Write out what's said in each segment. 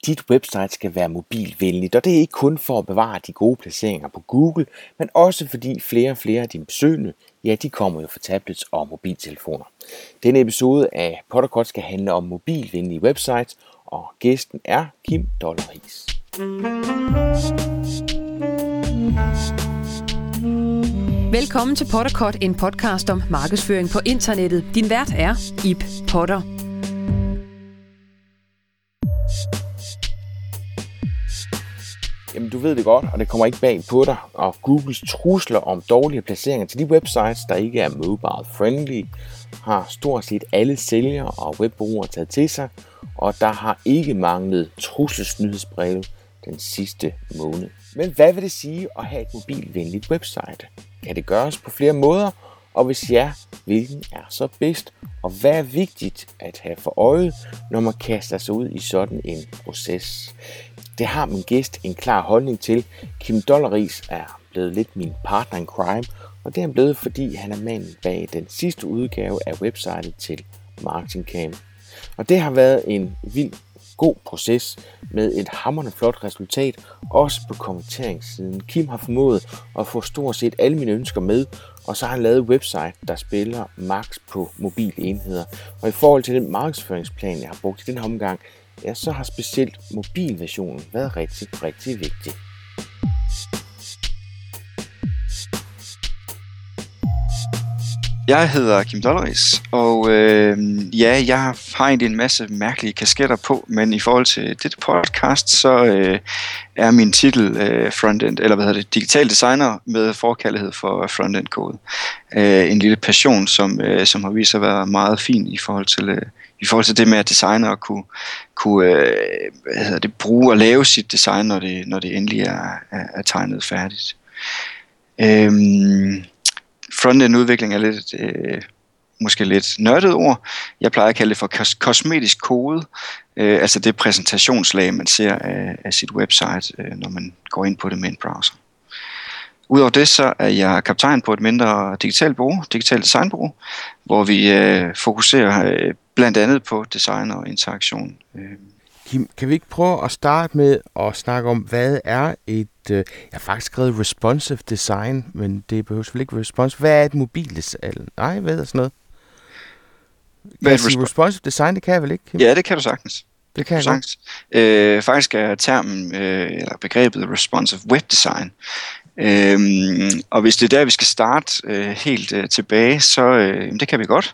dit website skal være mobilvenligt, og det er ikke kun for at bevare de gode placeringer på Google, men også fordi flere og flere af dine besøgende, ja, de kommer jo fra tablets og mobiltelefoner. Denne episode af Potterkort skal handle om mobilvenlige websites, og gæsten er Kim Dolleris. Velkommen til Potterkort, en podcast om markedsføring på internettet. Din vært er Ib Potter. Jamen, du ved det godt, og det kommer ikke bag på dig. Og Googles trusler om dårlige placeringer til de websites, der ikke er mobile friendly, har stort set alle sælgere og webbrugere taget til sig, og der har ikke manglet trusselsnyhedsbreve den sidste måned. Men hvad vil det sige at have et mobilvenligt website? Kan det gøres på flere måder? Og hvis ja, hvilken er så bedst? Og hvad er vigtigt at have for øje, når man kaster sig ud i sådan en proces? Det har min gæst en klar holdning til. Kim Dolleris er blevet lidt min partner in crime, og det er han blevet, fordi han er manden bag den sidste udgave af websitet til MarketingCamp. Og det har været en vild god proces med et hamrende flot resultat, også på konverteringssiden. Kim har formået at få stort set alle mine ønsker med, og så har han lavet et website, der spiller max på mobile enheder. Og i forhold til den markedsføringsplan, jeg har brugt i den omgang, ja, så har specielt mobilversionen været rigtig, rigtig vigtig. Jeg hedder Kim Dolleris, og jeg har egentlig en masse mærkelige kasketter på, men i forhold til dette podcast, så er min titel digital designer med forkærlighed for frontend kode. En lille passion, som har vist sig at være meget fin i forhold til det med at designe og kunne bruge og lave sit design, når det endelig er tegnet færdigt. Frontend udvikling er måske lidt nørdet ord. Jeg plejer at kalde det for kosmetisk kode, altså det præsentationslag, man ser af sit website, når man går ind på det med en browser. Udover det, så er jeg kaptajn på et mindre digitalt designbureau, hvor vi fokuserer blandt andet på design og interaktion. Kim, kan vi ikke prøve at starte med at snakke om, hvad er et, jeg har faktisk skrevet responsive design, men det behøver selvfølgelig ikke responsive. Hvad er et mobildesign? Nej, hvad er sådan noget? Hvad er responsive design, det kan jeg vel ikke, Kim? Ja, det kan du sagtens. Det kan jeg sagtens. Faktisk er termen, eller begrebet responsive web design. Og hvis det er der, vi skal starte helt tilbage, så det kan vi godt.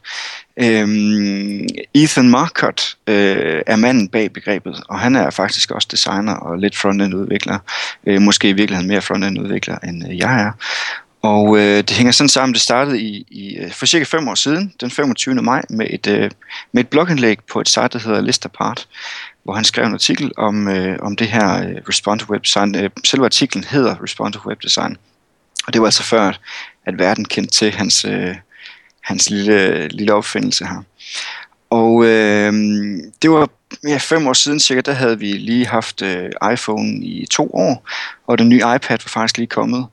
Ethan Marcotte er manden bag begrebet, og han er faktisk også designer og lidt frontend udvikler. Måske i virkeligheden mere frontend udvikler, end jeg er. Og det hænger sådan sammen. Det startede for cirka 5 år siden, den 25. maj, med et blogindlæg på et site, der hedder Listapart, hvor han skrev en artikel om det her responsive web design. Selve artiklen hedder Responsive Web Design, og det var altså før, at verden kendte til hans lille opfindelse her. Og det var 5 år siden cirka, der havde vi lige haft iPhone i 2 år, og den nye iPad var faktisk lige kommet.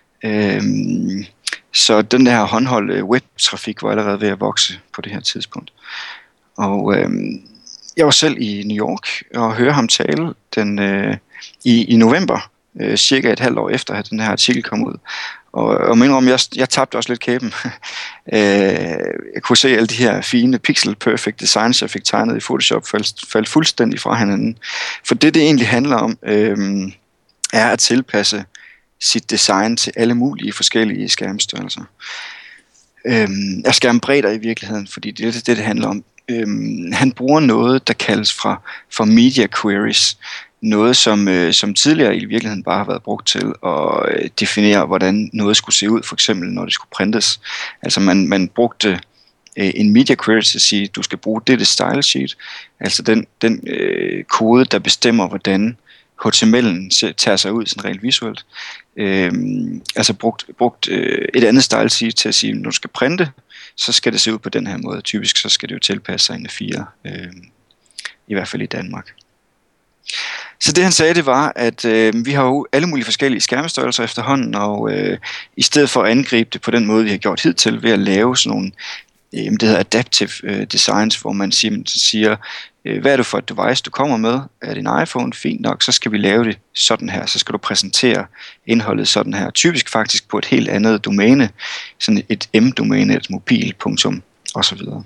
Så den der håndholdte webtrafik var allerede ved at vokse på det her tidspunkt. Og jeg var selv i New York og hørte ham tale i november, cirka et halvt år efter, at den her artikel kom ud. Og mindre om, jeg tabte også lidt kæben. Jeg kunne se alle de her fine pixel perfect designs, jeg fik tegnet i Photoshop, faldt fuldstændig fra hinanden. For det egentlig handler om, er at tilpasse sit design til alle mulige forskellige skærmstørrelser. Skærmbredder i virkeligheden, fordi det er det handler om. Han bruger noget, der kaldes for media queries. Noget, som tidligere i virkeligheden bare har været brugt til at definere, hvordan noget skulle se ud, for eksempel når det skulle printes. Altså man brugte en media query til at sige, du skal bruge dette style sheet, altså den kode, der bestemmer, hvordan HTML'en tager sig ud sådan rent visuelt. Altså brugt et andet style sheet til at sige, når du skal printe, så skal det se ud på den her måde. Typisk så skal det jo tilpasse sig en A4, i hvert fald i Danmark. Så det han sagde, det var, at vi har jo alle mulige forskellige skærmstørrelser efterhånden, og i stedet for at angribe det på den måde, vi har gjort hidtil, ved at lave sådan nogle det hedder Adaptive Designs, hvor man siger, hvad er det for et device, du kommer med? Er det en iPhone? Fint nok, så skal vi lave det sådan her. Så skal du præsentere indholdet sådan her. Typisk faktisk på et helt andet domæne, sådan et M-domæne, et mobil.punktum og så videre.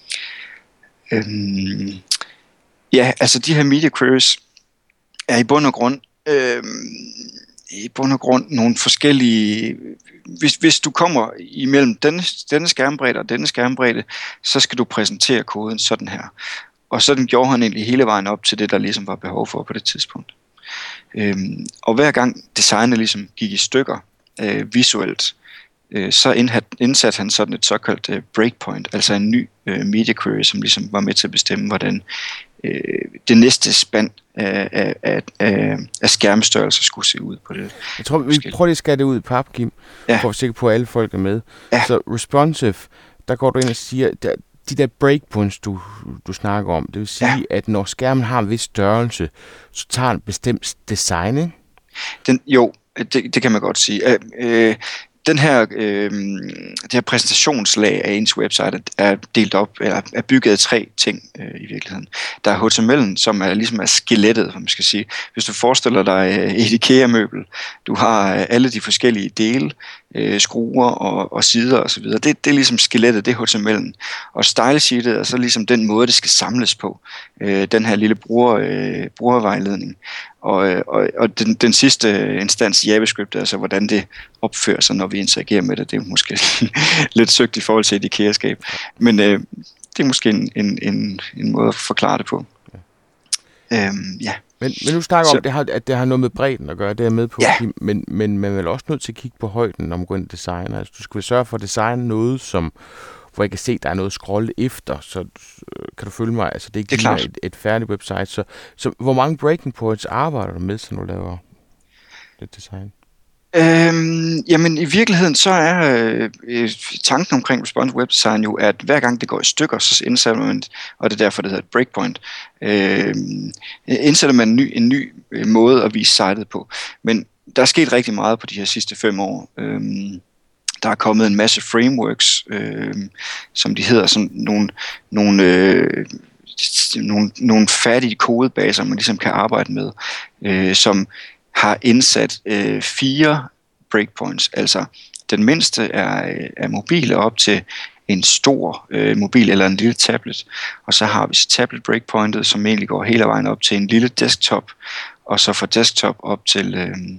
Ja, altså de her media queries er i bund og grund nogle forskellige. Hvis du kommer imellem denne skærmbredde og denne skærmbredde, så skal du præsentere koden sådan her. Og sådan gjorde han egentlig hele vejen op til det, der ligesom var behov for på det tidspunkt. Og hver gang designet ligesom gik i stykker visuelt, så indsatte han sådan et såkaldt breakpoint, altså en ny media query, som ligesom var med til at bestemme, hvordan det næste spand af skærmstørrelser skulle se ud på det. Jeg tror, vi prøver lige at skære det ud i pap, Kim, for at være sikker på, at alle folk er med. Ja. Så responsive, der går du ind og siger, de der breakpoints, du snakker om, det vil sige, at når skærmen har en vis størrelse, så tager den bestemt design, ikke? Det kan man godt sige. Det her præsentationslag af ens website er delt op, eller er bygget af 3 ting i virkeligheden. Der er HTML'en, som er ligesom skelettet, som man skal sige. Hvis du forestiller dig et IKEA-møbel, du har alle de forskellige dele, skruer og sider og så videre. Det er ligesom skelettet, det er HTML'en. Og stylesheetet er så ligesom den måde, det skal samles på. Den her lille brugervejledning. Og den sidste instans JavaScript, altså hvordan det opfører sig, når vi interagerer med det, det er måske lidt søgt i forhold til et IKEA-skab. Men det er måske en måde at forklare det på. Ja. Men nu snakker om, at det har noget med bredden at gøre, det er med på, ja. Men man er vel også nødt til at kigge på højden, når man går ind og designer. Altså, du skal sørge for at designe noget, hvor jeg kan se, at der er noget at scrolle efter, så kan du følge mig? Altså, det er ikke lige et færdigt website. Så hvor mange breaking points arbejder du med, så du laver det design? Jamen i virkeligheden så er tanken omkring responsive web design jo, at hver gang det går i stykker, så indsætter man, og det er derfor det hedder et breakpoint, indsætter man en ny måde at vise sitet på. Men der er sket rigtig meget på de her sidste 5 år. Der er kommet en masse frameworks, som de hedder, sådan nogle færdige kodebaser, man ligesom kan arbejde med, som har indsat 4 breakpoints. Altså den mindste er mobil op til en stor mobil eller en lille tablet. Og så har vi tablet breakpointet, som egentlig går hele vejen op til en lille desktop, og så fra desktop op til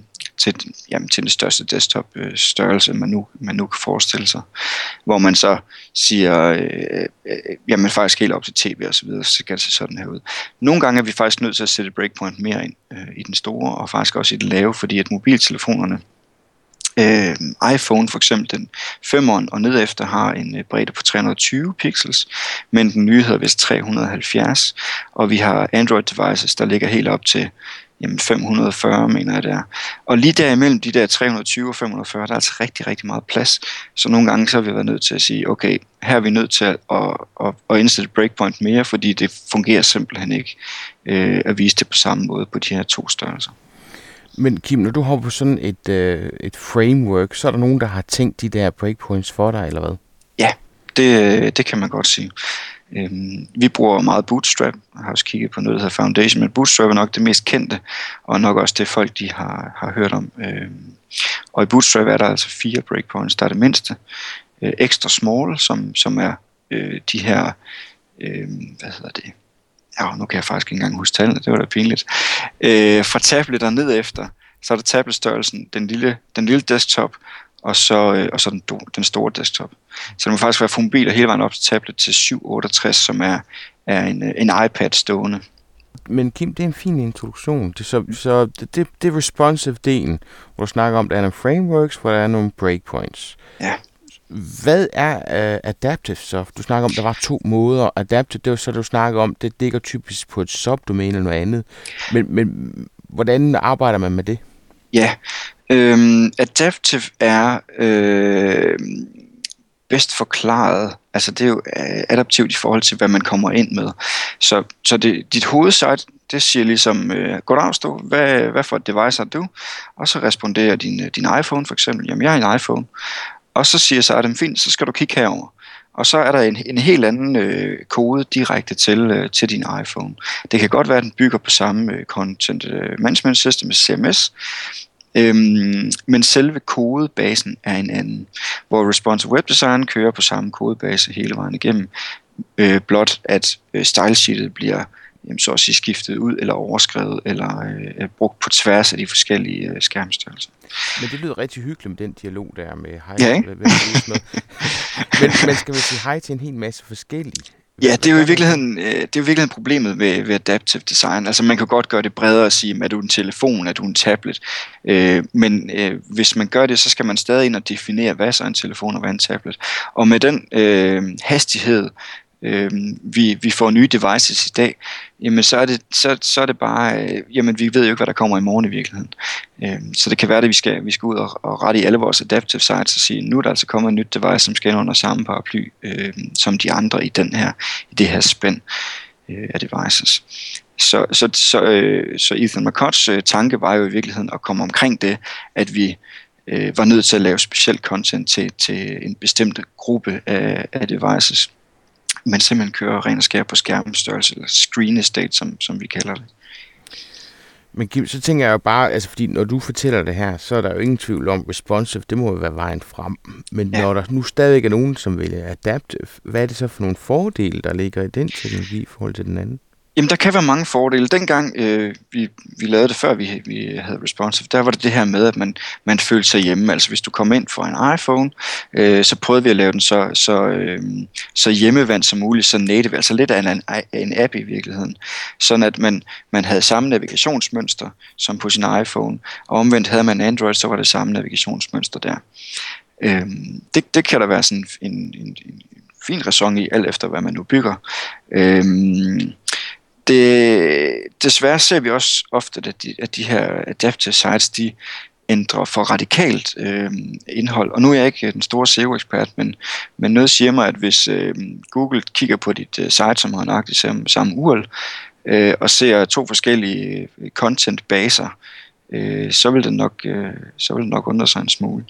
den største desktop størrelse, man nu kan forestille sig. Hvor man så siger, faktisk helt op til tv og så videre, så skal det se sådan her ud. Nogle gange er vi faktisk nødt til at sætte breakpoint mere ind i den store, og faktisk også i det lave, fordi at mobiltelefonerne, iPhone for eksempel, den 5'eren og nedefter har en bredde på 320 pixels, men den nye hedder vist 370, og vi har Android devices, der ligger helt op til 540, mener jeg det er. Og lige derimellem de der 320 og 540, der er altså rigtig, rigtig meget plads. Så nogle gange så har vi været nødt til at sige, okay, her er vi nødt til at indsætte breakpoint mere, fordi det fungerer simpelthen ikke at vise det på samme måde på de her 2 størrelser. Men Kim, når du har på sådan et framework, så er der nogen, der har tænkt de der breakpoints for dig, eller hvad? Ja, det kan man godt sige. Vi bruger meget Bootstrap. Jeg har også kigget på noget, der hedder Foundation, men Bootstrap er nok det mest kendte, og nok også det folk, de har hørt om. Og i Bootstrap er der altså 4 breakpoints. Der er det mindste. Extra small, som er de her, hvad hedder det? Ja, nu kan jeg faktisk ikke engang huske tallene, det var da pinligt. Fra tablet og ned efter, så er der tabletstørrelsen, den lille desktop, og så den store desktop. Så det må faktisk være fra mobil og hele vejen op til tablet til 768, som er en iPad stående. Men Kim, det er en fin introduktion. Så det er responsive-delen, hvor du snakker om, at der er nogle frameworks, hvor der er nogle breakpoints. Ja. Hvad er adaptive så? Du snakker om, der var 2 måder. Adaptive, det er så, du snakker om, det ligger typisk på et subdomæne eller noget andet. Men hvordan arbejder man med det? Ja, adaptive er bedst forklaret, altså det er jo adaptivt i forhold til, hvad man kommer ind med. Så dit hovedsite, det siger ligesom, goddag Sto, hvad for et device har du? Og så responderer din iPhone for eksempel, jamen jeg har en iPhone. Og så siger siden, fint, så skal du kigge herover. og så er der en helt anden kode direkte til din iPhone. Det kan godt være, at den bygger på samme Content Management System, CMS, men selve kodebasen er en anden, hvor Responsive Web Design kører på samme kodebase hele vejen igennem, blot at stylesheetet bliver så at sige skiftet ud eller overskrevet eller brugt på tværs af de forskellige skærmstørrelser. Men det lyder rigtig hyggeligt med den dialog der med hej. Ja, men skal vi sige hej til en hel masse forskellige? Ja, det er jo i virkeligheden problemet ved adaptive design. Altså man kan godt gøre det bredere og sige, er du en telefon, er du en tablet? Men hvis man gør det, så skal man stadig ind og definere, hvad så en telefon og hvad en tablet. Og med den hastighed, vi får nye devices i dag, jamen så er det bare, jamen vi ved jo ikke, hvad der kommer i morgen i virkeligheden. Så det kan være, at vi skal ud og rette i alle vores adaptive sites og sige, nu er der altså kommet et nyt device, som skal ind under samme paraply som de andre i det her spænd af devices. Så Ethan McCutts tanke var jo i virkeligheden at komme omkring det, at vi var nødt til at lave specielt content til en bestemt gruppe af devices, men simpelthen kører ren og skær på skærmstørrelse, eller screen estate, som vi kalder det. Men Kim, så tænker jeg jo bare, altså fordi når du fortæller det her, så er der jo ingen tvivl om, responsive, det må jo være vejen frem. Men når der nu stadig er nogen, som vil adaptive, hvad er det så for nogle fordele, der ligger i den teknologi i forhold til den anden? Jamen, der kan være mange fordele. Dengang vi lavede det, før vi havde responsive, der var det her med, at man følte sig hjemme. Altså, hvis du kom ind for en iPhone, så prøvede vi at lave den så hjemmevandt som muligt, så native, altså lidt af en app i virkeligheden. Sådan at man havde samme navigationsmønster som på sin iPhone, og omvendt havde man Android, så var det samme navigationsmønster der. Det kan der være sådan en fin ræson i, alt efter hvad man nu bygger. Desværre ser vi også ofte, at de her adaptive sites, de ændrer for radikalt indhold. Og nu er jeg ikke den store SEO-ekspert, men noget siger mig, at hvis Google kigger på dit site, som har nøjagtigt samme URL, og ser 2 forskellige content-baser, så vil det nok undre sig en smule.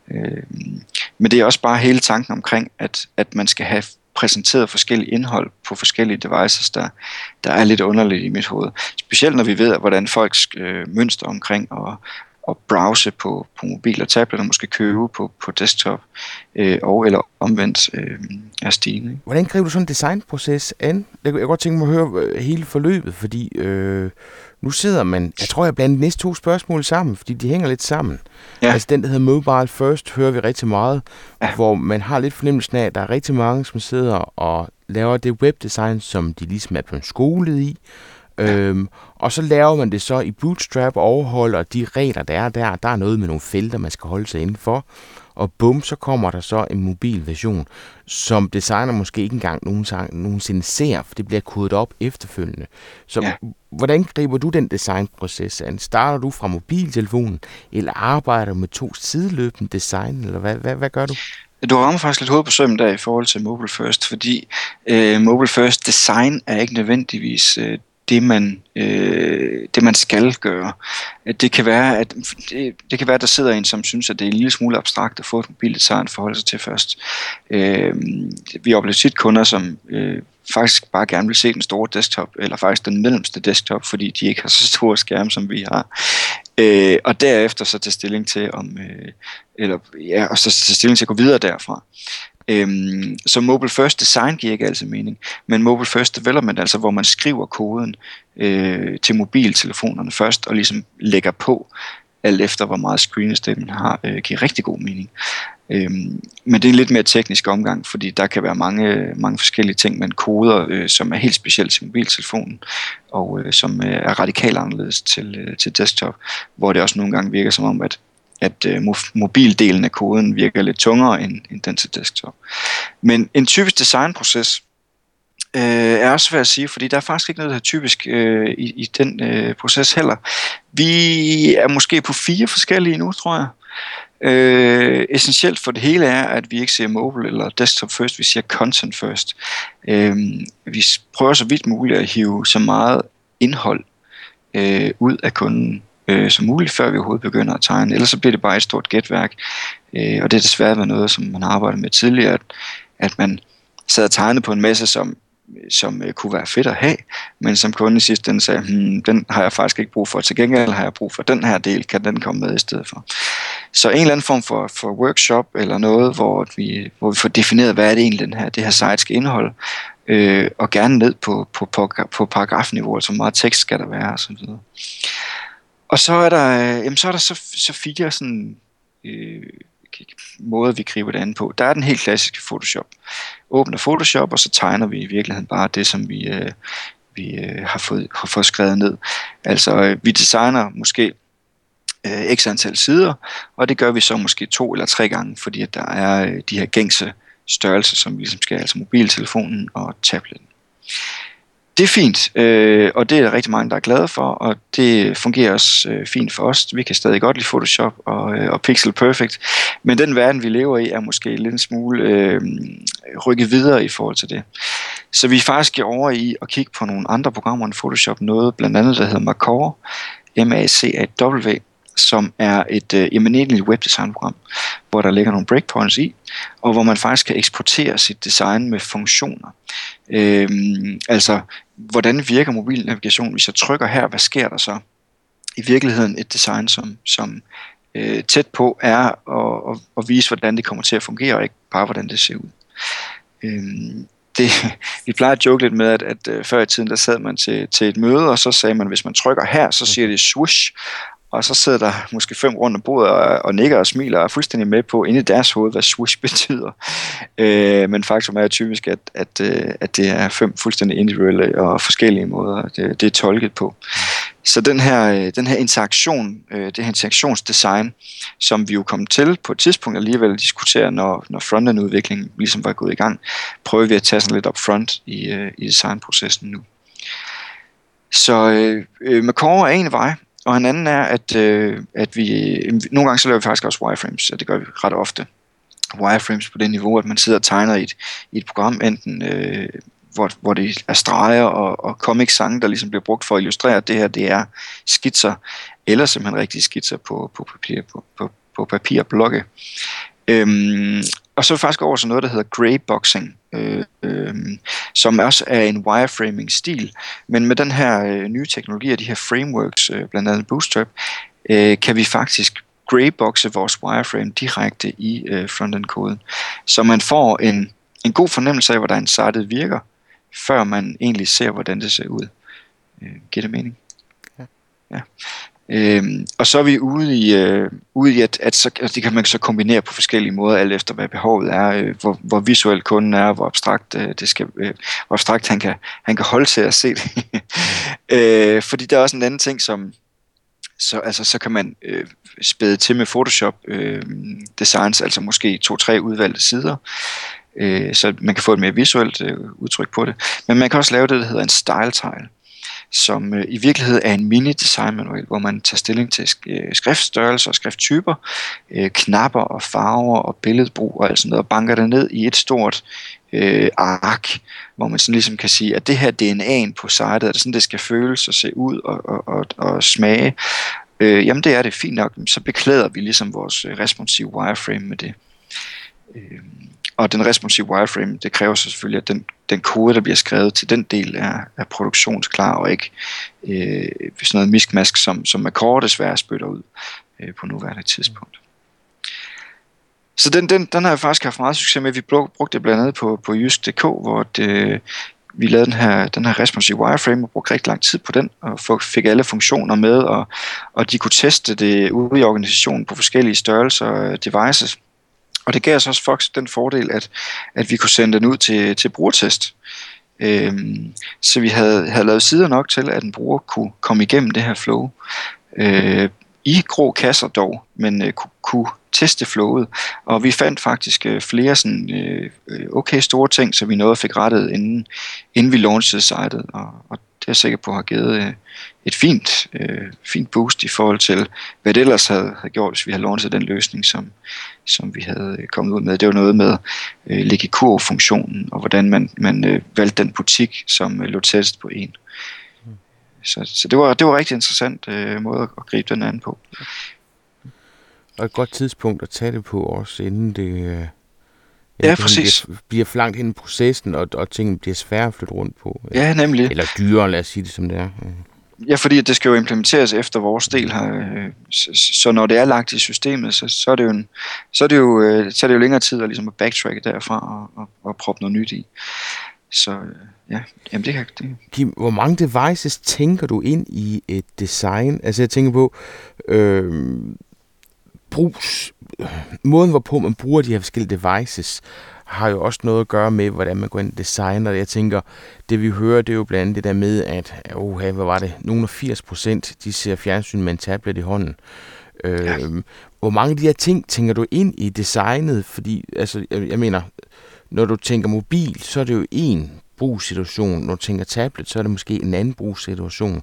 Men det er også bare hele tanken omkring, at man skal have præsenteret forskellige indhold på forskellige devices, der er lidt underligt i mit hoved. Specielt når vi ved, hvordan folks mønster omkring at browse på mobil og tablet, og måske købe på desktop, og eller omvendt er stigende. Hvordan griber du sådan en designproces an? Jeg kan godt tænke mig at høre hele forløbet, fordi nu sidder man, jeg tror jeg blandt de næste 2 spørgsmål sammen, fordi de hænger lidt sammen. Ja. Altså den, der hedder Mobile First, hører vi rigtig meget, hvor man har lidt fornemmelsen af, at der er rigtig mange, som sidder og laver det webdesign, som de ligesom er blevet skolet i. Og så laver man det så i Bootstrap og overholder de regler, der er der. Der er noget med nogle felter, man skal holde sig indenfor. Og bum, så kommer der så en mobil version, som designer måske ikke engang nogensinde ser, for det bliver kodet op efterfølgende. Så hvordan griber du den designproces an? Starter du fra mobiltelefonen, eller arbejder du med 2 sideløbende design, eller hvad gør du? Du rammer faktisk lidt hoved på sømmen der i forhold til Mobile First, fordi Mobile First design er ikke nødvendigvis det man skal gøre. Det kan være, at der sidder en, som synes, at det er en lille smule abstrakt at få et mobildesign at forholde sig til først. Vi oplever tit kunder, som faktisk bare gerne vil se den store desktop, eller faktisk den mellemste desktop, fordi de ikke har så store skærme, som vi har. Og derefter så tage stilling til og så tage stilling til at gå videre derfra. Så Mobile First Design giver ikke altid mening, men Mobile First Development, altså hvor man skriver koden til mobiltelefonerne først, og ligesom lægger på, alt efter hvor meget screen estate man har, giver rigtig god mening. Men det er en lidt mere teknisk omgang, fordi der kan være mange forskellige ting, man koder, som er helt specielt til mobiltelefonen, og som er radikalt anderledes til desktop, hvor det også nogle gange virker som om, at mobildelen af koden virker lidt tungere end den til desktop. Men en typisk designproces er også svært at sige, fordi der er faktisk ikke noget, der er typisk i den proces heller. Vi er måske på 4 forskellige nu, tror jeg. Essentielt for det hele er, at vi ikke siger mobile eller desktop first, vi siger content first. Vi prøver så vidt muligt at hive så meget indhold ud af kunden som muligt, før vi overhovedet begynder at tegne. Ellers så bliver det bare et stort gætværk. Og det er desværre noget, som man har arbejdet med tidligere, at man sad og tegnede på en masse, som kunne være fedt at have, men som kunden i sidste ende sagde, den har jeg faktisk ikke brug for. Til gengæld har jeg brug for den her del, kan den komme med i stedet for. Så en eller anden form for workshop eller noget, hvor vi får defineret, hvad er det egentlig, det her site skal indeholde, og gerne ned på paragrafniveau, altså hvor meget tekst skal der være, og så videre. Og så er der så fire sådan måder, vi griber det an på. Der er den helt klassiske Photoshop. Åbner Photoshop, og så tegner vi i virkeligheden bare det, som vi har fået skrevet ned. Altså, vi designer måske x antal sider, og det gør vi så måske 2 eller 3 gange, fordi at der er de her gængse størrelser, som vi ligesom skal, altså mobiltelefonen og tabletten. Det er fint, og det er der rigtig mange, der er glade for, og det fungerer også fint for os. Vi kan stadig godt lide Photoshop og Pixel Perfect, men den verden, vi lever i, er måske lidt en smule rykket videre i forhold til det. Så vi er faktisk over i at kigge på nogle andre programmer end Photoshop, noget blandt andet, der hedder Macaw, MACAW, som er et egentligt webdesignprogram, hvor der ligger nogle breakpoints i, og hvor man faktisk kan eksportere sit design med funktioner. Altså, hvordan virker mobilnavigation, hvis jeg trykker her, hvad sker der så? I virkeligheden et design, som tæt på er at vise, hvordan det kommer til at fungere, og ikke bare, hvordan det ser ud. Vi plejer at joke lidt med, at før i tiden, der sad man til et møde, og så sagde man, hvis man trykker her, så siger det swoosh, og så sidder der måske 5 rundt om bordet og nikker og smiler og er fuldstændig med på inde i deres hoved, hvad swoosh betyder. Men faktum er typisk, at det er 5 fuldstændig individuelle og forskellige måder, det er tolket på. Så den her interaktion, det her interaktionsdesign, som vi jo kom til på et tidspunkt alligevel at diskutere, når frontend-udviklingen ligesom var gået i gang, prøver vi at tage sådan lidt up front i designprocessen nu. Så Macaw er en vej. Og en anden er, at vi nogle gange så laver vi faktisk også wireframes, og det gør vi ret ofte. Wireframes på det niveau, at man sidder og tegner i et program, enten hvor det er streger og comic-sange, der ligesom bliver brugt for at illustrere, at det her det er skitser, eller simpelthen rigtige skitser på papir og blokke. Og så er vi faktisk over til noget, der hedder grayboxing, som også er en wireframing-stil, men med den her nye teknologi og de her frameworks, blandt andet Bootstrap, kan vi faktisk grayboxe vores wireframe direkte i frontend-koden, så man får en god fornemmelse af, hvordan sitet virker, før man egentlig ser, hvordan det ser ud. Giver det mening? Ja. Og så er vi ude i at så, altså det kan man så kombinere på forskellige måder, alt efter hvad behovet er, hvor visuelt kunden er, hvor abstrakt hvor abstrakt han kan holde til at se det. Fordi der er også en anden ting, som så kan man spæde til med Photoshop designs, altså måske 2-3 udvalgte sider, så man kan få et mere visuelt udtryk på det. Men man kan også lave det, der hedder en style tile, som i virkeligheden er en mini-design-manual, hvor man tager stilling til skriftstørrelser og skrifttyper, knapper og farver og billedbrug og alt sådan noget, og banker det ned i et stort ark, hvor man sådan ligesom kan sige, at det her DNA'en på sitet, er det sådan, det skal føles og se ud og smage. Jamen det er det fint nok, så beklæder vi ligesom vores responsive wireframe med det. Og den responsive wireframe, det kræver så selvfølgelig, at den kode, der bliver skrevet til den del, er produktionsklar, og ikke sådan noget miskmask, som Macaw desværre spytter ud på nuværende tidspunkt. Så den har jeg faktisk haft meget succes med. Vi brugte det blandt andet på jysk.dk, hvor vi lavede den her responsive wireframe og brugte rigtig lang tid på den, og fik alle funktioner med, og de kunne teste det ude i organisationen på forskellige størrelser og devices. Og det gav os også faktisk den fordel, at vi kunne sende den ud til brugertest. Så vi havde lavet sider nok til, at en bruger kunne komme igennem det her flow. I grå kasser dog, men kunne teste flowet. Og vi fandt faktisk flere sådan, okay store ting, så vi nåede at fik rettet, inden vi launchede sitet. Og det er jeg sikker på har givet et fint boost i forhold til, hvad det ellers havde gjort, hvis vi havde launchet den løsning, som vi havde kommet ud med. Det var noget med lægge kurv-funktionen, og hvordan man valgte den butik, som lå tættest på en. Så det var rigtig interessant måde at gribe den anden på. Og et godt tidspunkt at tage det på også, inden Ja, præcis. Bliver for langt hen i processen, og tingene bliver svære at flytte rundt på. Ja, nemlig. Eller dyrere, lad os sige det som det er. Ja, fordi det skal jo implementeres efter vores del her. Så når det er lagt i systemet, så er det jo længere tid at ligesom at backtracke derfra og proppe noget nyt i. Så ja, jamen det kan det. Kim, hvor mange devices tænker du ind i et design? Altså jeg tænker på måden hvorpå man bruger de her forskellige devices har jo også noget at gøre med, hvordan man går ind og designer. Jeg tænker, det vi hører, det er jo blandt andet det der med, at hvad var det? Nogle af 80% de ser fjernsyn med en tablet i hånden. Hvor mange af de her ting tænker du ind i designet? Fordi, altså, jeg mener, når du tænker mobil, så er det jo en brugssituation. Når du tænker tablet, så er det måske en anden brugssituation.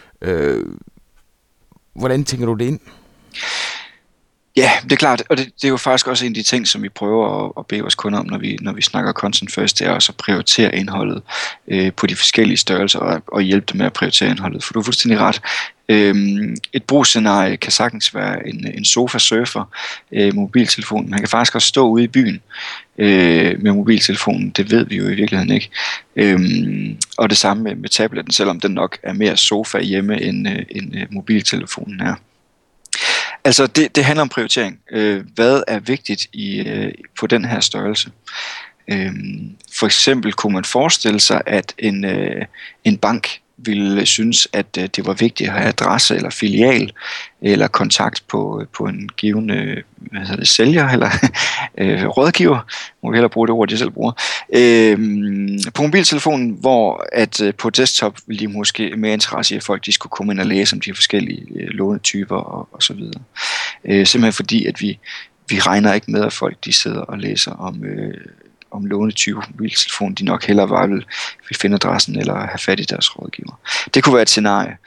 Hvordan tænker du det ind? Ja, det er klart, og det er jo faktisk også en af de ting, som vi prøver at bede vores kunder om, når vi snakker content first, det er også at prioritere indholdet på de forskellige størrelser og hjælpe dem med at prioritere indholdet. For du er fuldstændig ret. Et brugsscenarie kan sagtens være en sofa-surfer med mobiltelefonen. Man kan faktisk også stå ude i byen med mobiltelefonen. Det ved vi jo i virkeligheden ikke. Og det samme med tabletten, selvom den nok er mere sofa hjemme end mobiltelefonen er. Altså det handler om prioritering. Hvad er vigtigt på den her størrelse? For eksempel kunne man forestille sig, at en bank ville synes, at det var vigtigt at have adresse eller filial eller kontakt på en givende sælger eller rådgiver. Må vi hellere bruge det ord, de selv bruger. På mobiltelefonen, hvor at på desktop ville de måske mere interesse i, at folk de skulle komme ind og læse om de forskellige lånetyper og så videre. Simpelthen fordi, at vi regner ikke med, at folk de sidder og læser om lånetyper på mobiltelefon, de nok hellere bare vil finde adressen eller have fat i deres rådgiver. Det kunne være et scenarie.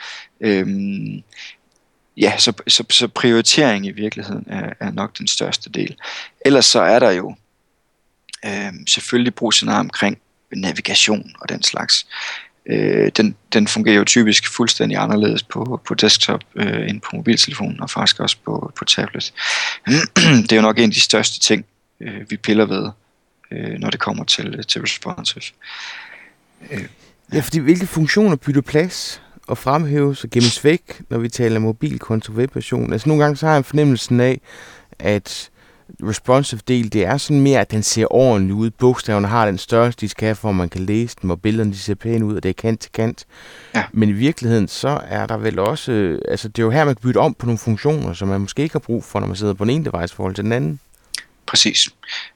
Så prioritering i virkeligheden er nok den største del. Ellers så er der jo selvfølgelig brugsscenarier omkring navigation og den slags. Den fungerer jo typisk fuldstændig anderledes på desktop end på mobiltelefonen og faktisk også på tablet. Det er jo nok en af de største ting, vi piller ved, når det kommer til responsive. Ja, fordi hvilke funktioner bytter plads og fremhæves og gemmes væk, når vi taler mobil kontra webversion? Altså nogle gange så har jeg en fornemmelsen af, at responsive del, det er sådan mere, at den ser ordentligt ud. Bogstaverne har den størrelse, de skal have, for man kan læse dem, og billederne de ser pæne ud, og det er kant til kant. Ja. Men i virkeligheden, så er der vel også, altså det er jo her, man kan bytte om på nogle funktioner, som man måske ikke har brug for, når man sidder på den ene device i forhold til den anden. Præcis.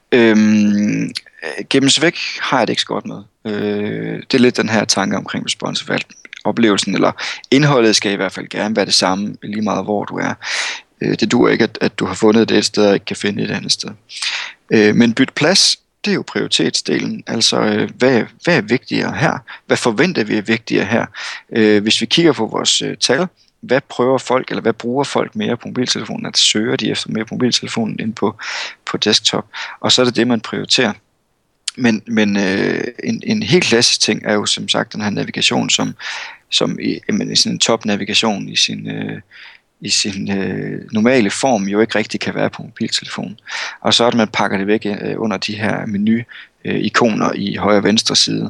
Gemmes væk har jeg det ikke så godt med. Det er lidt den her tanke omkring responsive, at oplevelsen eller indholdet skal i hvert fald gerne være det samme, lige meget hvor du er. Det duer ikke, at du har fundet det et sted, og ikke kan finde et andet sted. Men bytte plads, det er jo prioritetsdelen. Altså, hvad er vigtigere her? Hvad forventer vi er vigtigere her? Hvis vi kigger på vores tal, hvad prøver folk, eller hvad bruger folk mere på mobiltelefonen? At søger de efter mere på mobiltelefonen end på desktop? Og så er det det, man prioriterer. Men en helt klassisk ting er jo som sagt den her navigation, som i sådan en top-navigation i sin normale form jo ikke rigtig kan være på mobiltelefonen. Og så er det, man pakker det væk under de her menu-ikoner i højre og venstre side.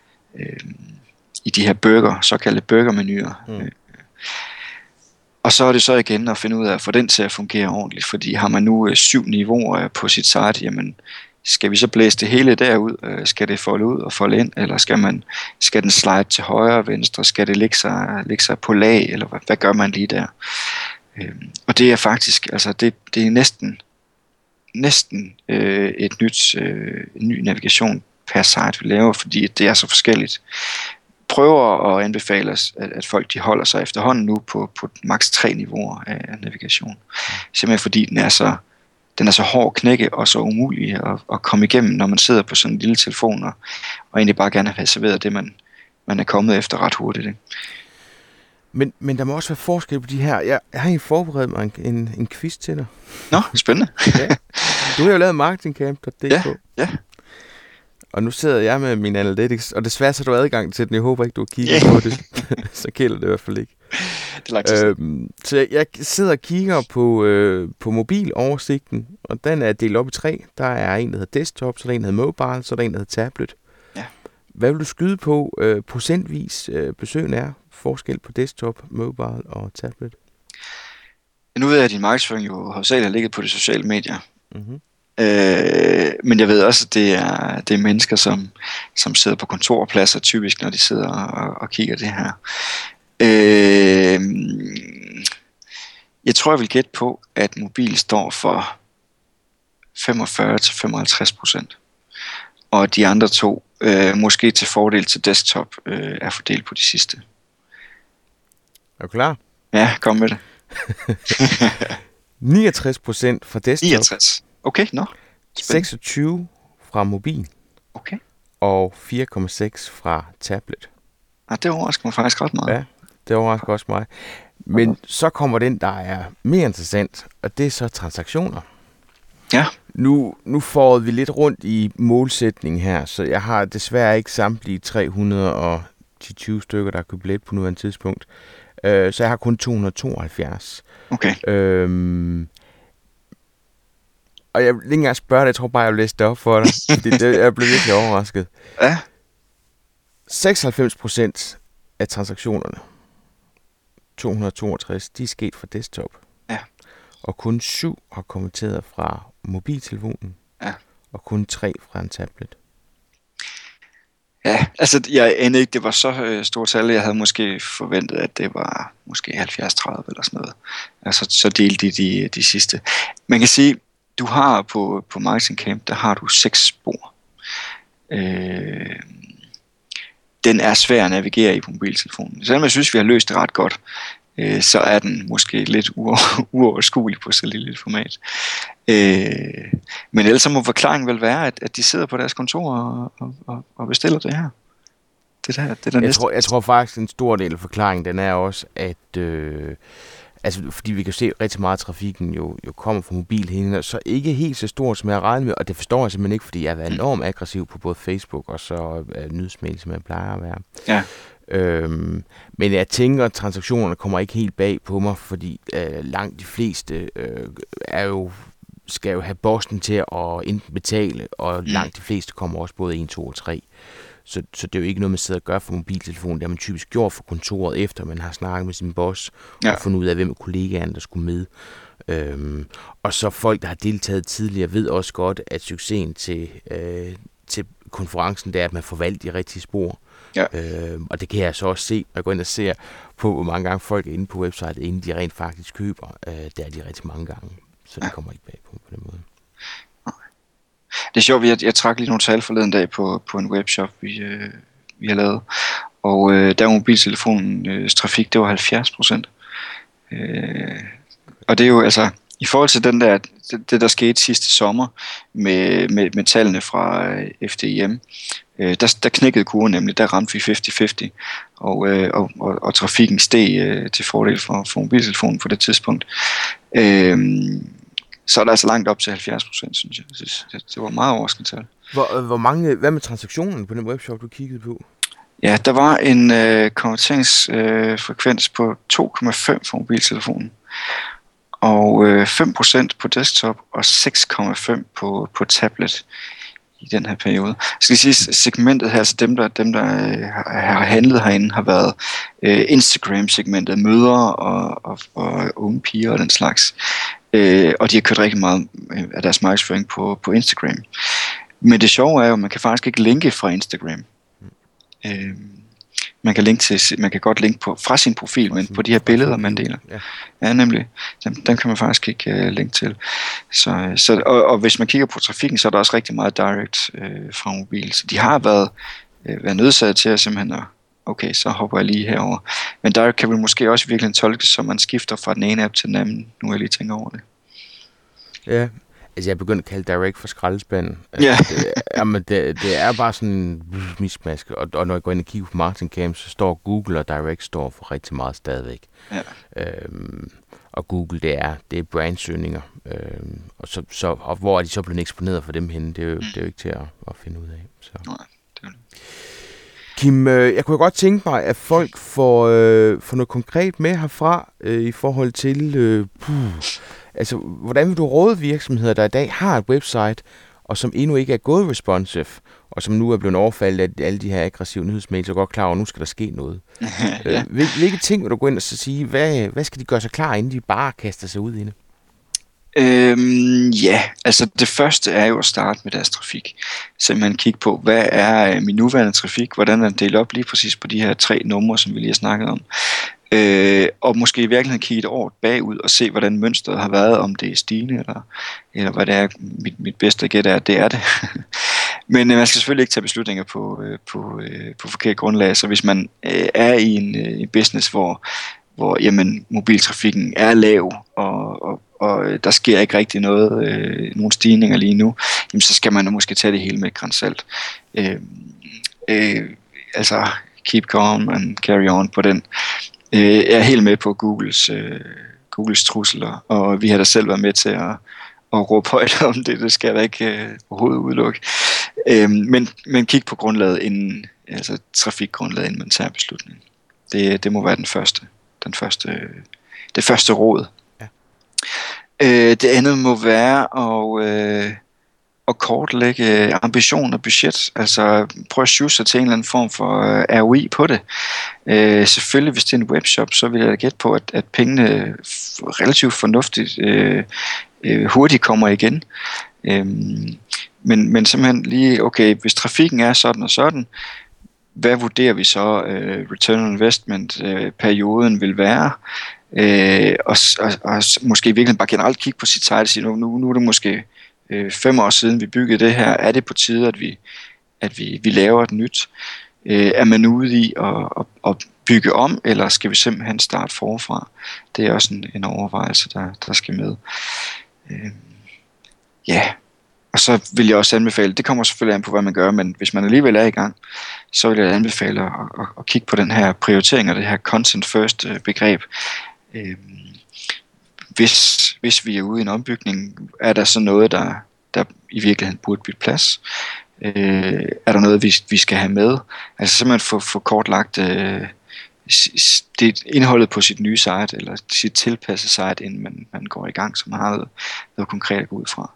I de her såkaldte burgermenuer. Og så er det så igen at finde ud af at få den til at fungere ordentligt, fordi har man nu 7 niveauer på sit site, jamen skal vi så blæse det hele derud? Skal det folde ud og folde ind? Eller skal den slide til højre og venstre? Skal det ligge sig på lag? Eller hvad gør man lige der? Og det er faktisk, altså det er næsten en ny navigation per site, vi laver, fordi det er så forskelligt. Prøver at anbefale os, at folk de holder sig efterhånden nu på maks 3 niveauer af navigation. Simpelthen fordi den er så hård at knække og så umulig at komme igennem, når man sidder på sådan en lille telefon og egentlig bare gerne vil have serveret det, man er kommet efter ret hurtigt. Ikke? Men der må også være forskel på de her. Jeg har egentlig forberedt mig en quiz til dig. Nå, spændende. Ja. Du har jo lavet marketingcamp.dk. Ja. Og nu sidder jeg med min analytics, og desværre så har du adgang til den. Jeg håber ikke, du har kigget på det. Så gælder det i hvert fald ikke. Det er lang tid. Så jeg sidder og kigger på mobiloversigten, og den er delt op i 3. Der er en, der hedder desktop, så er der en, der hedder mobile, så er der en, der hedder tablet. Ja. Hvad vil du skyde på procentvis besøgende er? Forskel på desktop, mobile og tablet? Nu ved jeg, at din markedsføring jo hovedsageligt har ligget på de sociale medier. Mm-hmm. Men jeg ved også, at det er mennesker, som sidder på kontorpladser typisk, når de sidder og kigger det her. Jeg tror, jeg vil gætte på, at mobil står for 45-55%. Og de andre 2, måske til fordel til desktop, er fordelt på de sidste. Er du klar? Ja, kom med det. 69% fra desktop. 69. Okay, nå. 26 fra mobil. Okay. Og 4,6 fra tablet. Det overrasker mig faktisk ret meget. Ja, det overrasker også mig. Men så kommer den, der er mere interessant, og det er så transaktioner. Ja. Nu får vi lidt rundt i målsætningen her, så jeg har desværre ikke samtlige 320 stykker, der har købt billet på nuværende tidspunkt. Så jeg har kun 272. Okay. Og jeg vil ikke engang spørge dig, jeg tror bare, jeg vil læse det op for dig. Jeg blev virkelig overrasket. Ja. 96% af transaktionerne, 262, de er sket fra desktop. Ja. Og kun 7 har kommenteret fra mobiltelefonen. Ja. Og kun 3 fra en tablet. Ja, altså jeg anede ikke, det var så stort tal. Jeg havde måske forventet, at det var måske 70-30 eller sådan noget. Altså så delte de sidste. Man kan sige, du har på Marketing Camp, der har du 6 spor. Den er svær at navigere i på mobiltelefonen. Selvom jeg synes, vi har løst det ret godt, så er den måske lidt uoverskuelig på så lille et format. Men ellers så må forklaringen vel være, at de sidder på deres kontor og bestiller det her. Jeg tror faktisk, en stor del af forklaringen, den er også, at fordi vi kan se rigtig meget af trafikken jo kommer fra mobilheden, så ikke helt så stort, som jeg regner med, og det forstår jeg simpelthen ikke, fordi jeg har været enormt aggressiv på både Facebook og så nyhedsmail, som jeg plejer at være. Ja. Men jeg tænker, at transaktionerne kommer ikke helt bag på mig, fordi langt de fleste skal jo have bossen til at enten betale, og langt de fleste kommer også både 1, 2 og 3. Så det er jo ikke noget, man sidder og gør for mobiltelefonen. Det har man typisk gjort for kontoret, efter man har snakket med sin boss, og fundet ud af, hvem af kollegaerne, der skulle med. Og så folk, der har deltaget tidligere, ved også godt, at succesen til konferencen, det er, at man forvalter de rigtige spor. Ja. Og det kan jeg så også se, når jeg går ind og ser på, hvor mange gange folk er inde på websitet, inden de rent faktisk køber. Det er de rigtig mange gange, så det kommer ikke bag på den måde. Det er sjovt, jeg trak lige nogle tal forleden dag på en webshop, vi har lavet. Og der var mobiltelefonens trafik, det var 70%. Og det er jo altså, i forhold til det der skete sidste sommer med tallene fra FDIM, der knækkede kurven nemlig, der ramte vi 50-50, og trafikken steg til fordel for mobiltelefonen på det tidspunkt. Så er der altså langt op til 70%, synes jeg. Det var meget overraskende tal. Hvor mange, hvad med transaktionerne på den webshop, du kiggede på? Ja, der var en konverteringsfrekvens på 2,5 for mobiltelefonen, og 5% på desktop, og 6,5 på tablet i den her periode. Skal jeg sige, segmentet her, altså dem der har handlet herinde, har været Instagram-segmentet, mødre og unge piger og den slags. Og de har kørt rigtig meget af deres markedsføring på Instagram. Men det sjove er jo, at man kan faktisk ikke linke fra Instagram. Man kan godt linke fra sin profil, men på de her billeder, man deler. Ja, nemlig. Dem kan man faktisk ikke linke til. Og hvis man kigger på trafikken, så er der også rigtig meget direct fra mobil. Så de har været nødsaget til at simpelthen okay, så hopper jeg lige herover. Men direct kan vi måske også virkelig tolkes, som man skifter fra den ene app til den anden, nu jeg lige tænker over det. Ja, altså jeg er begyndt at kalde direct for skraldespanden. Ja. Det er bare sådan en mismask, og når jeg går ind og kigger på Marketing Camp, så står Google og Direct står for rigtig meget stadigvæk. Ja. og Google, det er brandsøgninger. Og hvor er de så blevet eksponeret for dem henne? Det er jo ikke til at finde ud af. Så. Nej, det er det. Kim, jeg kunne godt tænke mig, at folk får noget konkret med herfra i forhold til, altså, hvordan vil du råde virksomheder, der i dag har et website, og som endnu ikke er gået responsive, og som nu er blevet overfaldet af alle de her aggressive nyhedsmails, og godt klar over, at nu skal der ske noget. Ja. Hvilke ting vil du gå ind og så sige, hvad skal de gøre sig klar, inden de bare kaster sig ud i det? Altså det første er jo at starte med deres trafik. Simpelthen kigge på, hvad er min nuværende trafik, hvordan er den delt op lige præcis på de her 3 numre, som vi lige har snakket om. Og måske i virkeligheden kigge et år bagud og se, hvordan mønstret har været, om det er stigende, eller hvad det er. Mit bedste gæt er, at det er det. Men man skal selvfølgelig ikke tage beslutninger på forkert grundlag. Så hvis man er i en business, hvor jamen, mobiltrafikken er lav, og der sker ikke rigtig nogen stigninger lige nu, jamen, så skal man måske tage det hele med et gran salt. Altså keep calm and carry on på den. Jeg er helt med på Googles trusler, og vi har da selv været med til at råbe højt om det. Det skal jeg da ikke overhovedet udelukke. Men kig på grundlaget inden, altså trafikgrundlaget, inden man tager beslutningen. Det må være det første råd. Ja. Det andet må være at kortlægge ambition og budget. Altså prøv at sjuse til en eller anden form for ROI på det. Selvfølgelig, hvis det er en webshop, så vil jeg gætte på, at pengene relativt fornuftigt hurtigt kommer igen. Men simpelthen lige, okay, hvis trafikken er sådan og sådan, hvad vurderer vi så return on investment perioden vil være? Og måske virkelig bare generelt kigge på sit site og sige, nu er det måske 5 år siden vi byggede det her, er det på tide at vi laver et nyt? Er man ude i at bygge om, eller skal vi simpelthen starte forfra? Det er også en overvejelse, der skal med. Og så vil jeg også anbefale, det kommer selvfølgelig an på, hvad man gør, men hvis man alligevel er i gang, så vil jeg anbefale at kigge på den her prioritering og det her content first begreb. Hvis vi er ude i en ombygning, er der så noget, der i virkeligheden burde bytte plads? Er der noget, vi skal have med? Altså simpelthen få kortlagt det indholdet på sit nye site, eller sit tilpassede site, inden man går i gang, så man har noget konkret at gå ud fra.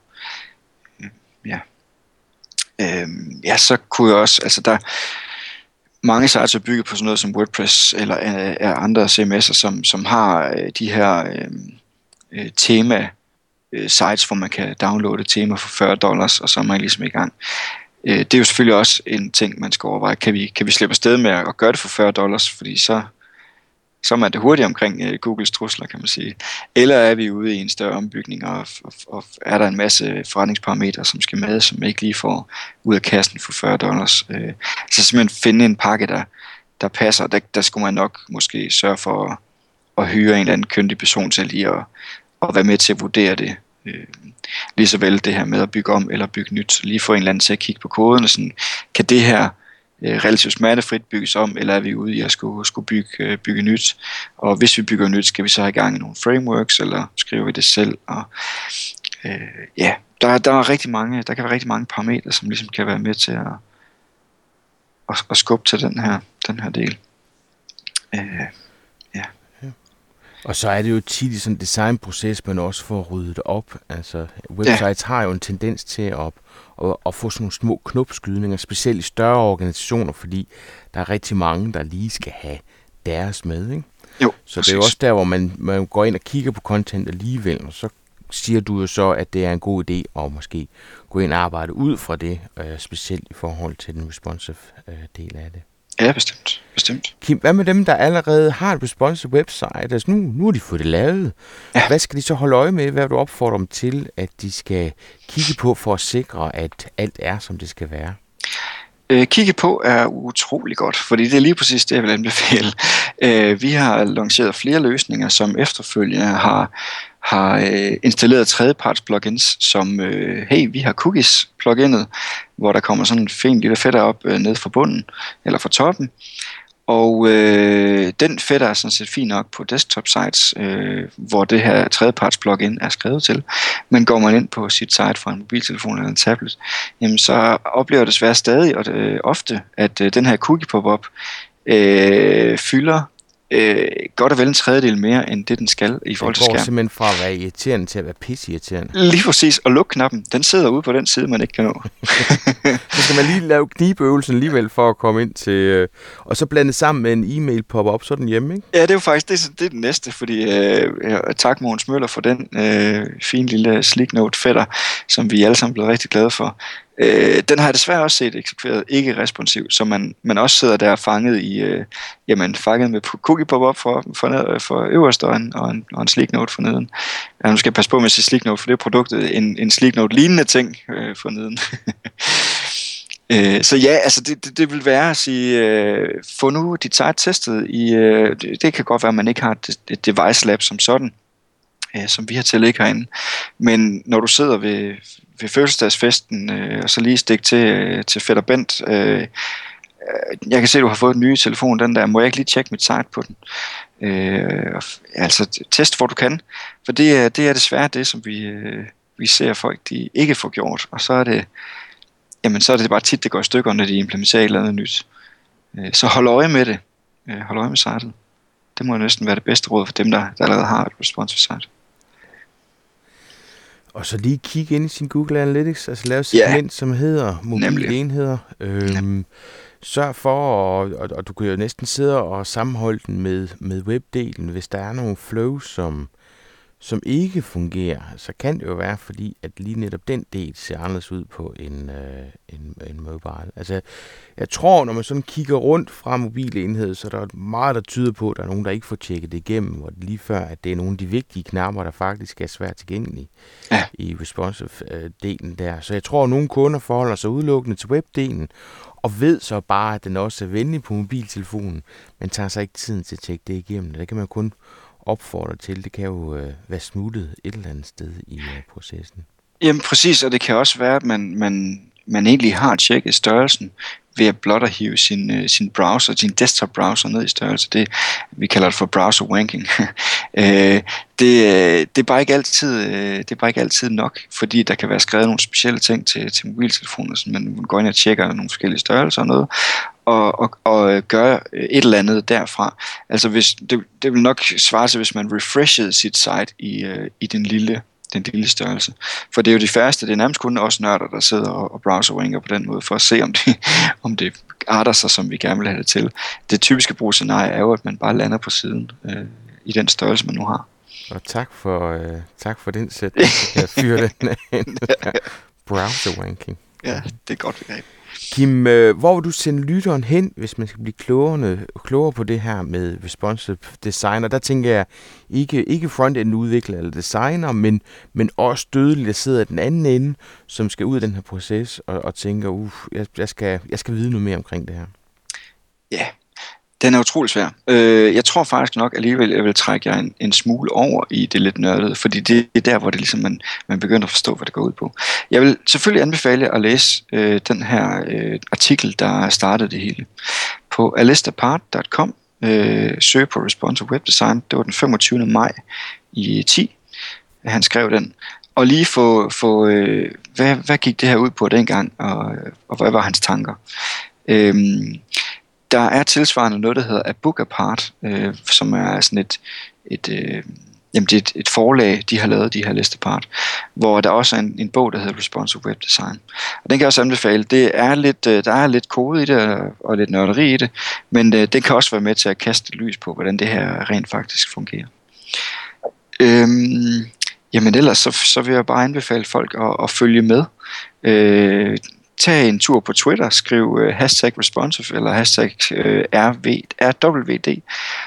Så kunne jeg også, altså der mange sites er bygget på sådan noget som WordPress eller andre CMS'er, som har de her tema sites, hvor man kan downloade temaer for $40, og så er man ligesom i gang. Det er jo selvfølgelig også en ting, man skal overveje. Kan vi slippe afsted med at gøre det for $40, fordi så er man det hurtigt omkring Googles trusler, kan man sige. Eller er vi ude i en større ombygning, og er der en masse forretningsparametre, som skal med, som ikke lige får ud af kassen for $40. Så simpelthen finde en pakke, der passer. Der skulle man nok måske sørge for at hyre en eller anden kyndig person til lige at være med til at vurdere det. Lige så vel det her med at bygge om eller bygge nyt. Lige få en eller anden til at kigge på koden og sådan, kan det her relativt smertefrit bygges om, eller er vi ude i at skulle bygge nyt? Og hvis vi bygger nyt, skal vi så have i gang i nogle frameworks, eller skriver vi det selv? Og der er rigtig mange, der kan være rigtig mange parametre, som ligesom kan være med til at skubbe til den her del. Og så er det jo tit i sådan en designproces, men også for at rydde det op. Altså websites har jo en tendens til at få sådan nogle små knopskydninger, specielt i større organisationer, fordi der er rigtig mange, der lige skal have deres med, ikke? Jo, så præcis. Det er jo også der, hvor man går ind og kigger på content alligevel, og så siger du jo så, at det er en god idé at måske gå ind og arbejde ud fra det, specielt i forhold til den responsive del af det. Ja, bestemt. Kim, hvad med dem, der allerede har et responsive website? Altså nu har de fået det lavet. Ja. Hvad skal de så holde øje med? Hvad vil du opfordre dem til, at de skal kigge på for at sikre, at alt er, som det skal være? Kigge på er utrolig godt, fordi det er lige præcis det, jeg vil anbefale. Vi har lanceret flere løsninger, som efterfølgende har installeret tredjeparts plugins, som vi har cookies pluginet, hvor der kommer sådan en fin lille fætter op ned fra bunden eller fra toppen, Og den fætter er sådan set fint nok på desktop sites, hvor det her tredjeparts plugin er skrevet til. Men går man ind på sit site fra en mobiltelefon eller en tablet, jamen så oplever det desværre stadig og ofte, at den her cookie pop-up fylder godt og vel en tredjedel mere, end det den skal i forhold til skærm. Det går simpelthen fra at være irriterende til at være pisseirriterende. Lige præcis, og luk-knappen, den sidder ude på den side, man ikke kan nå. Så skal man lige lave knibeøvelsen alligevel for at komme ind til, og så blande sammen med en e-mail pop-up, så er den hjemme, ikke? Ja, det er jo faktisk det er den næste, fordi tak Mogens Møller for den fine lille sleek note fætter, som vi alle sammen er blevet rigtig glade for. Den har jeg desværre også set eksekveret ikke responsiv, så man også sidder der fanget i fanget med cookie pop-up for øverst og en sleek note for neden. Ja, nu skal jeg passe på med at sige sleek note, for det er produktet en sleek note lignende ting for neden. Så ja, altså det vil være at sige, få nu dit site testet i, det kan godt være, at man ikke har et device lab som sådan, som vi har til at ligge herinde, men når du sidder ved fødselsdagsfesten, og så lige stik til fætter Bent, jeg kan se, at du har fået en ny telefon, den der, må jeg ikke lige tjekke mit site på den? Altså test, hvor du kan, for det er desværre det, som vi ser folk, de ikke får gjort, og så er det bare tit, det går i stykker, når de implementerer et eller andet nyt. Så hold øje med det. Hold øje med sitet. Det må næsten være det bedste råd for dem, der allerede har et responsive site. Og så lige kigge ind i sin Google Analytics, altså lave et segment, som hedder mobile enheder. Sørg for, og du kan jo næsten sidde og sammenholde den med webdelen, hvis der er nogle flows, som ikke fungerer, så kan det jo være, fordi at lige netop den del ser anderledes ud på en mobile. Altså, jeg tror, når man sådan kigger rundt fra mobile enheder, så er der meget, der tyder på, at der er nogen, der ikke får tjekket det igennem, hvor det lige før, at det er nogle af de vigtige knapper, der faktisk er svært tilgængelige i responsive-delen der. Så jeg tror, at nogle kunder forholder sig udelukkende til webdelen, og ved så bare, at den også er venlig på mobiltelefonen, men tager sig ikke tiden til at tjekke det igennem. Det kan man kun opfordrer til. Det kan jo være smuttet et eller andet sted i processen. Jamen præcis, og det kan også være, at man egentlig har tjekket størrelsen ved at blot at hive sin browser, sin desktop browser ned i størrelse. Det, vi kalder det for browser wanking. Det er bare ikke altid nok, fordi der kan være skrevet nogle specielle ting til mobiltelefoner, så man går ind og tjekker nogle forskellige størrelser og noget, og gør et eller andet derfra. Altså hvis det vil nok svare sig, hvis man refreshede sit site i den lille størrelse. For det er jo de færreste, det er nærmest kun også nørder, der sidder og browser-wanker på den måde, for at se, om det arter sig, som vi gerne vil have det til. Det typiske brugscenarie er jo, at man bare lander på siden i den størrelse, man nu har. Og tak for den sætning, jeg fyrer den af. Browser-wanking. Ja, det er godt begreb. Kim, hvor vil du sende lytteren hen, hvis man skal blive klogere på det her med responsive design? Og der tænker jeg ikke front-end udvikler eller designer, men også dødeligt, der sidder i den anden ende, som skal ud af den her proces og tænker, jeg skal vide noget mere omkring det her. Ja, den er utrolig svær. Jeg tror faktisk nok alligevel, jeg vil trække jer en smule over i det lidt nørdede, fordi det er der, hvor det ligesom man begynder at forstå, hvad det går ud på. Jeg vil selvfølgelig anbefale at læse den her artikel, der startede det hele. På alistapart.com, søg på Responsive Web Design, det var den 25. maj i 10, han skrev den. Og lige få hvad gik det her ud på dengang, og hvad var hans tanker? Der er tilsvarende noget, der hedder A Book Apart, som er sådan et forlag, de har lavet, de her Listapart, hvor der også er en bog, der hedder Responsive Web Design. Og den kan jeg også anbefale. Der er lidt kode i det, og lidt nørderi i det, men den kan også være med til at kaste lys på, hvordan det her rent faktisk fungerer. Jamen ellers så vil jeg bare anbefale folk at følge med. Tag en tur på Twitter, skriv #responsive eller #RWD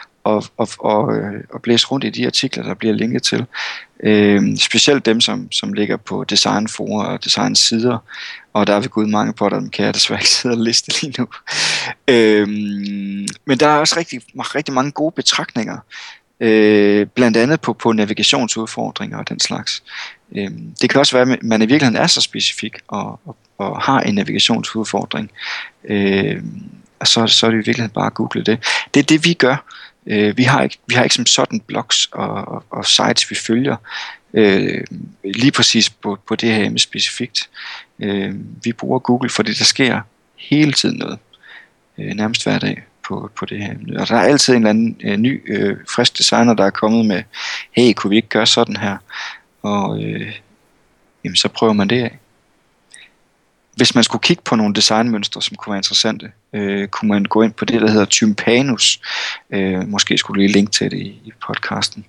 og blæs rundt i de artikler, der bliver linket til. Specielt dem, som ligger på designforer og designsider, og der er ved Gud mange på dem, kan jeg desværre ikke sidde og liste lige nu. Men der er også rigtig mange gode betragtninger, blandt andet på navigationsudfordringer og den slags. Det kan også være, at man i virkeligheden er så specifik og har en navigationsudfordring, og så er det i virkeligheden bare at google det. Det er det, vi gør. Vi har ikke som sådan blogs og sites, vi følger lige præcis på det her emne specifikt. Vi bruger Google, fordi der sker hele tiden noget, nærmest hver dag på det her emne. Og der er altid en eller anden ny, frisk designer, der er kommet med, hey, kunne vi ikke gøre sådan her? Og jamen, så prøver man det af. Hvis man skulle kigge på nogle designmønstre, som kunne være interessante, kunne man gå ind på det, der hedder Tympanus. Måske skulle lige linke til det i podcasten.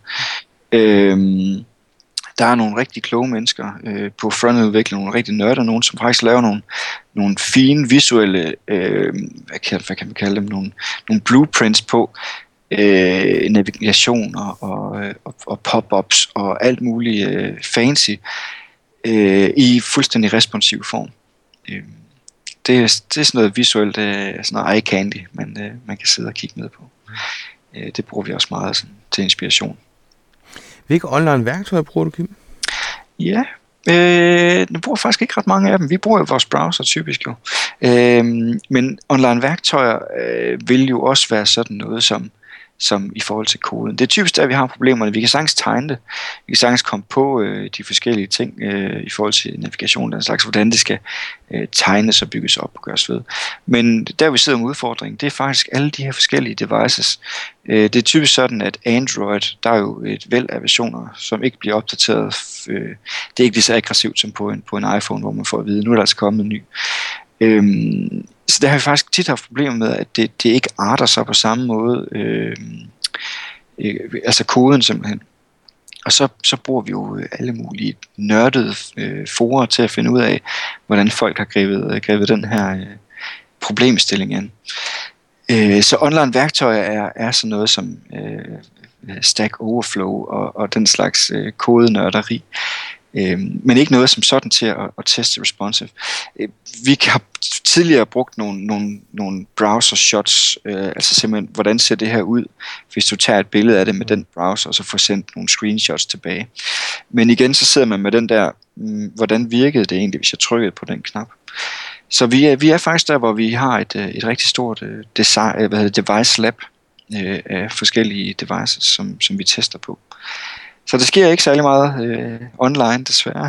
Der er nogle rigtig kloge mennesker på frontend-udvikling, nogle rigtig nørder, nogen som faktisk laver nogle fine visuelle, hvad kan man kalde dem, nogle blueprints på navigation og pop-ups og alt muligt fancy i fuldstændig responsiv form. Det er sådan noget visuelt, sådan noget eye candy, man kan sidde og kigge ned på. Det bruger vi også meget sådan, til inspiration. Hvilke online værktøjer bruger du, Kim? Ja, nu bruger faktisk ikke ret mange af dem. Vi bruger jo vores browser typisk jo. Men online værktøjer vil jo også være sådan noget som i forhold til koden. Det er typisk der, vi har problemerne. Vi kan sagtens tegne det. Vi kan sagtens komme på de forskellige ting i forhold til navigation, den slags, hvordan det skal tegnes og bygges op og gøres ved. Men der vi sidder med udfordringen, det er faktisk alle de her forskellige devices. Det er typisk sådan, at Android, der er jo et væld af versioner, som ikke bliver opdateret. Det er ikke lige så aggressivt som på en iPhone, hvor man får at vide, nu er der altså kommet en ny. Så der har vi faktisk tit haft problemer med, at det ikke arter sig på samme måde, altså koden simpelthen. Og så bruger vi jo alle mulige nørdede forer til at finde ud af, hvordan folk har grebet den her problemstilling an. Så online værktøjer er sådan noget som Stack Overflow og den slags kodenørderi. Men ikke noget som sådan til at teste responsive. Vi har tidligere brugt nogle browser shots, altså simpelthen, hvordan ser det her ud, hvis du tager et billede af det med den browser, og så får sendt nogle screenshots tilbage. Men igen, så sidder man med den der, hvordan virkede det egentlig, hvis jeg trykkede på den knap. Så vi er faktisk der, hvor vi har et rigtig stort device lab af forskellige devices, som vi tester på. Så der sker ikke særlig meget online, desværre.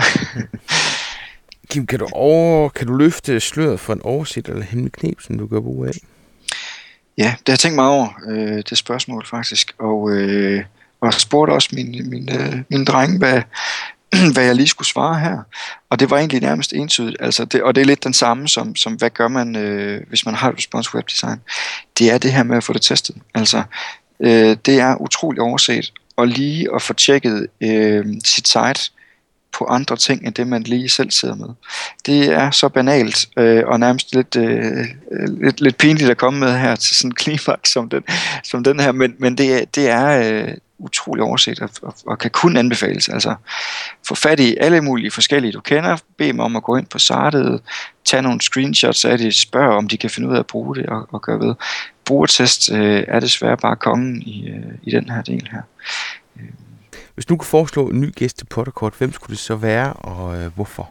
Kim, kan du løfte sløret for en oversigt eller hemmelig knep, som du gør brug af? Ja, det har jeg tænkt mig over, det spørgsmål faktisk. Og spurgte også mine drenge, hvad jeg lige skulle svare her. Og det var egentlig nærmest entydigt. Altså og det er lidt den samme som hvad gør man, hvis man har et responsive webdesign. Det er det her med at få det testet. Altså, det er utroligt overset. Og lige at få tjekket sit site på andre ting, end det man lige selv sidder med. Det er så banalt, og nærmest lidt pinligt at komme med her til sådan en klimaks som den her, men det er utrolig overset og kan kun anbefales. Altså, få fat i alle mulige forskellige, du kender, bed dem om at gå ind på sitet, tage nogle screenshots af det, spørg om de kan finde ud af at bruge det og gøre ved. Brugertest er desværre bare kongen i den her del her. Hvis du kunne foreslå en ny gæst til Potterkort, hvem skulle det så være, og hvorfor?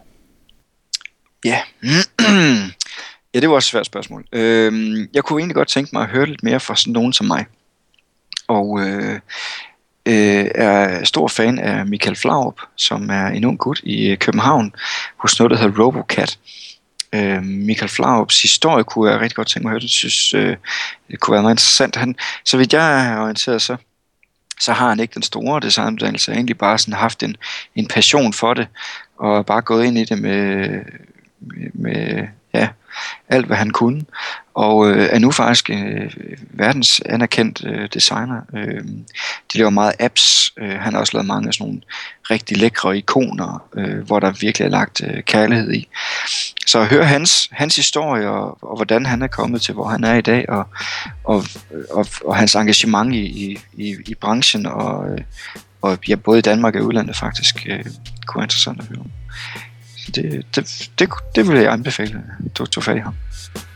Ja, det var også et svært spørgsmål. Jeg kunne egentlig godt tænke mig at høre lidt mere fra sådan nogen som mig. Og er stor fan af Michael Flaurup, som er en ung gut i København, hos noget, der hedder Robocat. Michael Flaurups historie kunne jeg rigtig godt tænke mig at høre. Det synes det kunne være meget interessant. Så vidt jeg har orienteret, så har han ikke den store designuddannelse. Han har egentlig bare sådan haft en passion for det, og bare gået ind i det med alt, hvad han kunne. Og er nu faktisk verdens anerkendt designer. De laver meget apps. Han har også lavet mange af sådan nogle rigtig lækre ikoner, hvor der virkelig er lagt kærlighed i. Så at høre hans historie, og hvordan han er kommet til, hvor han er i dag, og hans engagement i branchen, og ja, både i Danmark og udlandet faktisk, kunne være interessant at høre om. Så det vil jeg anbefale, du tog fat i ham.